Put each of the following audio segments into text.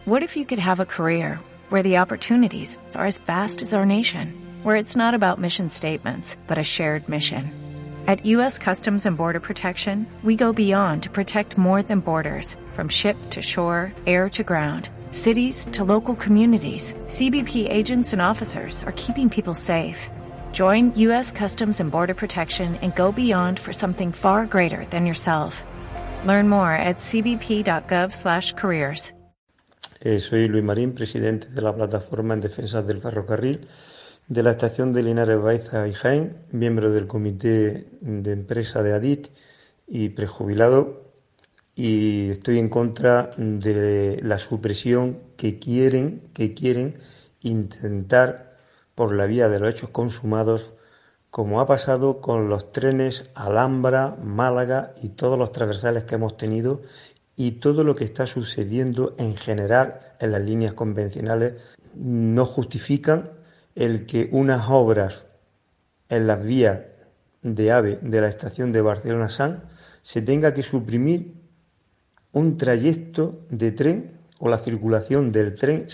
What if you could have a career where the opportunities are as vast as our nation, where it's not about mission statements, but a shared mission? At U.S. Customs and Border Protection, we go beyond to protect more than borders, from ship to shore, air to ground, cities to local communities. CBP agents and officers are keeping people safe. Join U.S. Customs and Border Protection and go beyond for something far greater than yourself. Learn more at cbp.gov/careers. Soy Luis Marín, presidente de la Plataforma en Defensa del Ferrocarril de la estación de Linares Baeza y Jaén, miembro del comité de empresa de ADIT y prejubilado, y estoy en contra de la supresión que quieren intentar por la vía de los hechos consumados, como ha pasado con los trenes Alhambra, Málaga y todos los transversales que hemos tenido, y todo lo que está sucediendo en general en las líneas convencionales no justifican el que unas obras en las vías de AVE de la estación de Barcelona-Sants se tenga que suprimir un trayecto de tren o la circulación del tren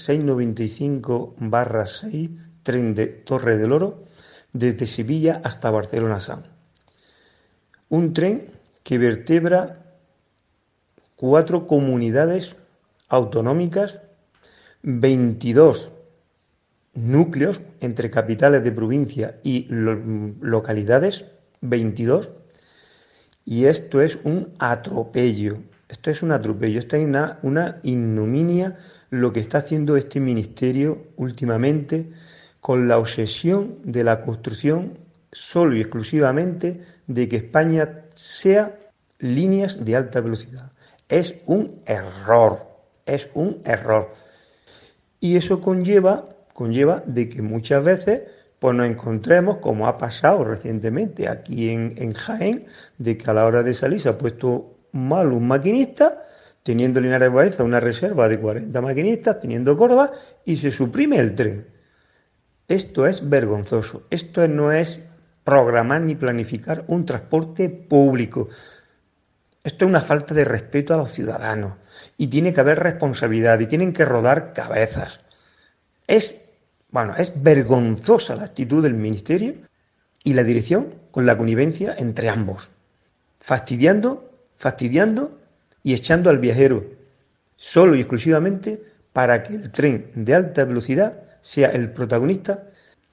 695/6, tren de Torre del Oro, desde Sevilla hasta Barcelona-Sants. Un tren que vertebra 4 comunidades autonómicas, 22 núcleos entre capitales de provincia y localidades, 22, y esto es un atropello, esto es una ignominia lo que está haciendo este ministerio últimamente con la obsesión de la construcción solo y exclusivamente de que España sea líneas de alta velocidad. Es un error. Y eso conlleva de que muchas veces pues nos encontremos, como ha pasado recientemente aquí en Jaén, de que a la hora de salir se ha puesto mal un maquinista, teniendo Linares Baeza una reserva de 40 maquinistas, teniendo Córdoba, y se suprime el tren. Esto es vergonzoso. Esto no es programar ni planificar un transporte público. Esto es una falta de respeto a los ciudadanos y tiene que haber responsabilidad y tienen que rodar cabezas. Es vergonzosa la actitud del Ministerio y la dirección con la connivencia entre ambos, fastidiando y echando al viajero solo y exclusivamente para que el tren de alta velocidad sea el protagonista,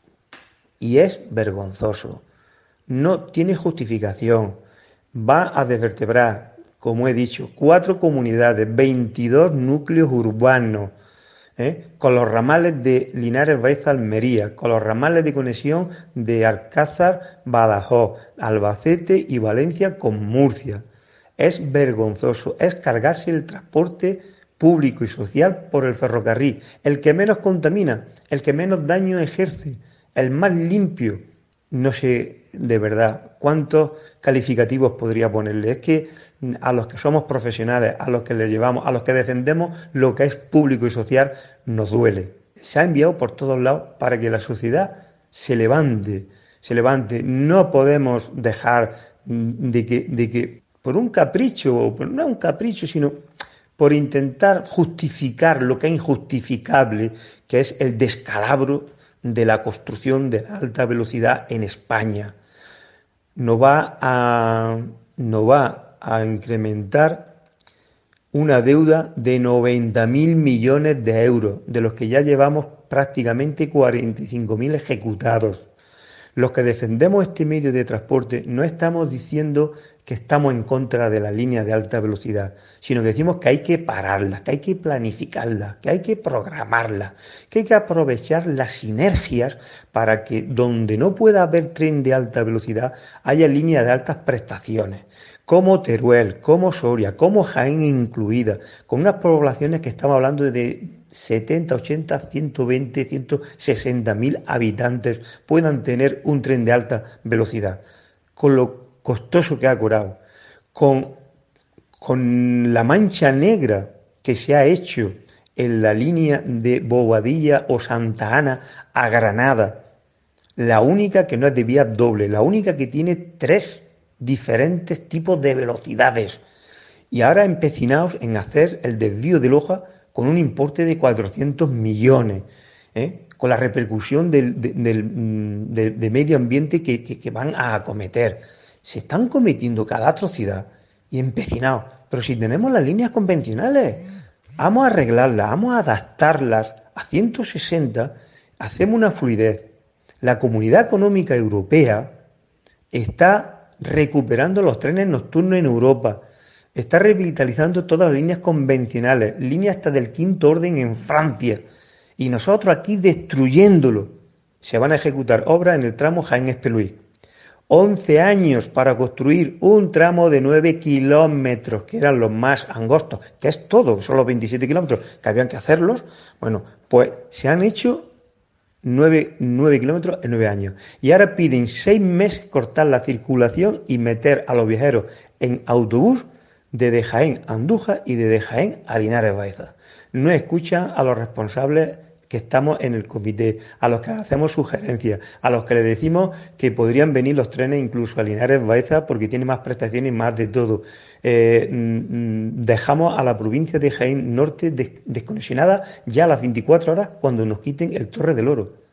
y es vergonzoso. No tiene justificación. Va a desvertebrar, como he dicho, 4 comunidades, 22 núcleos urbanos, con los ramales de Linares Baeza Almería, con los ramales de conexión de Alcázar, Badajoz, Albacete y Valencia con Murcia. Es vergonzoso, es cargarse el transporte público y social por el ferrocarril, el que menos contamina, el que menos daño ejerce, el más limpio. No sé de verdad cuántos calificativos podría ponerle. Es que a los que somos profesionales, a los que le llevamos, a los que defendemos lo que es público y social, nos duele. Se ha enviado por todos lados para que la sociedad se levante. No podemos dejar de que por un capricho, o no un capricho, sino por intentar justificar lo que es injustificable, que es el descalabro de la construcción de la alta velocidad en España. No va a incrementar una deuda de 90.000 millones de euros, de los que ya llevamos prácticamente 45.000 ejecutados. Los que defendemos este medio de transporte no estamos diciendo que estamos en contra de las líneas de alta velocidad, sino que decimos que hay que pararlas, que hay que planificarlas, que hay que programarlas, que hay que aprovechar las sinergias para que donde no pueda haber tren de alta velocidad haya líneas de altas prestaciones, como Teruel, como Soria, como Jaén incluida, con unas poblaciones que estamos hablando de 70, 80, 120, 160.000 habitantes puedan tener un tren de alta velocidad, con lo costoso que ha curado, con la mancha negra que se ha hecho en la línea de Bobadilla o Santa Ana a Granada, la única que no es de vía doble, la única que tiene 3 diferentes tipos de velocidades, y ahora empecinaos en hacer el desvío de Loja con un importe de 400 millones, con la repercusión de medio ambiente que van a acometer. Se están cometiendo cada atrocidad y empecinados. Pero si tenemos las líneas convencionales, vamos a arreglarlas, vamos a adaptarlas a 160, hacemos una fluidez. La Comunidad Económica Europea está recuperando los trenes nocturnos en Europa, está revitalizando todas las líneas convencionales, líneas hasta del quinto orden en Francia, y nosotros aquí destruyéndolo. Se van a ejecutar obras en el tramo Jaén-Espelúi. 11 años para construir un tramo de 9 kilómetros, que eran los más angostos, que es todo, son los 27 kilómetros que habían que hacerlos. Bueno, pues se han hecho 9 kilómetros en 9 años. Y ahora piden 6 meses cortar la circulación y meter a los viajeros en autobús desde Jaén a Andújar y desde Jaén a Linares Baeza. No escuchan a los responsables que estamos en el comité, a los que hacemos sugerencias, a los que les decimos que podrían venir los trenes incluso a Linares Baeza porque tiene más prestaciones y más de todo. Dejamos a la provincia de Jaén Norte desconexionada ya a las 24 horas cuando nos quiten el Torre del Oro.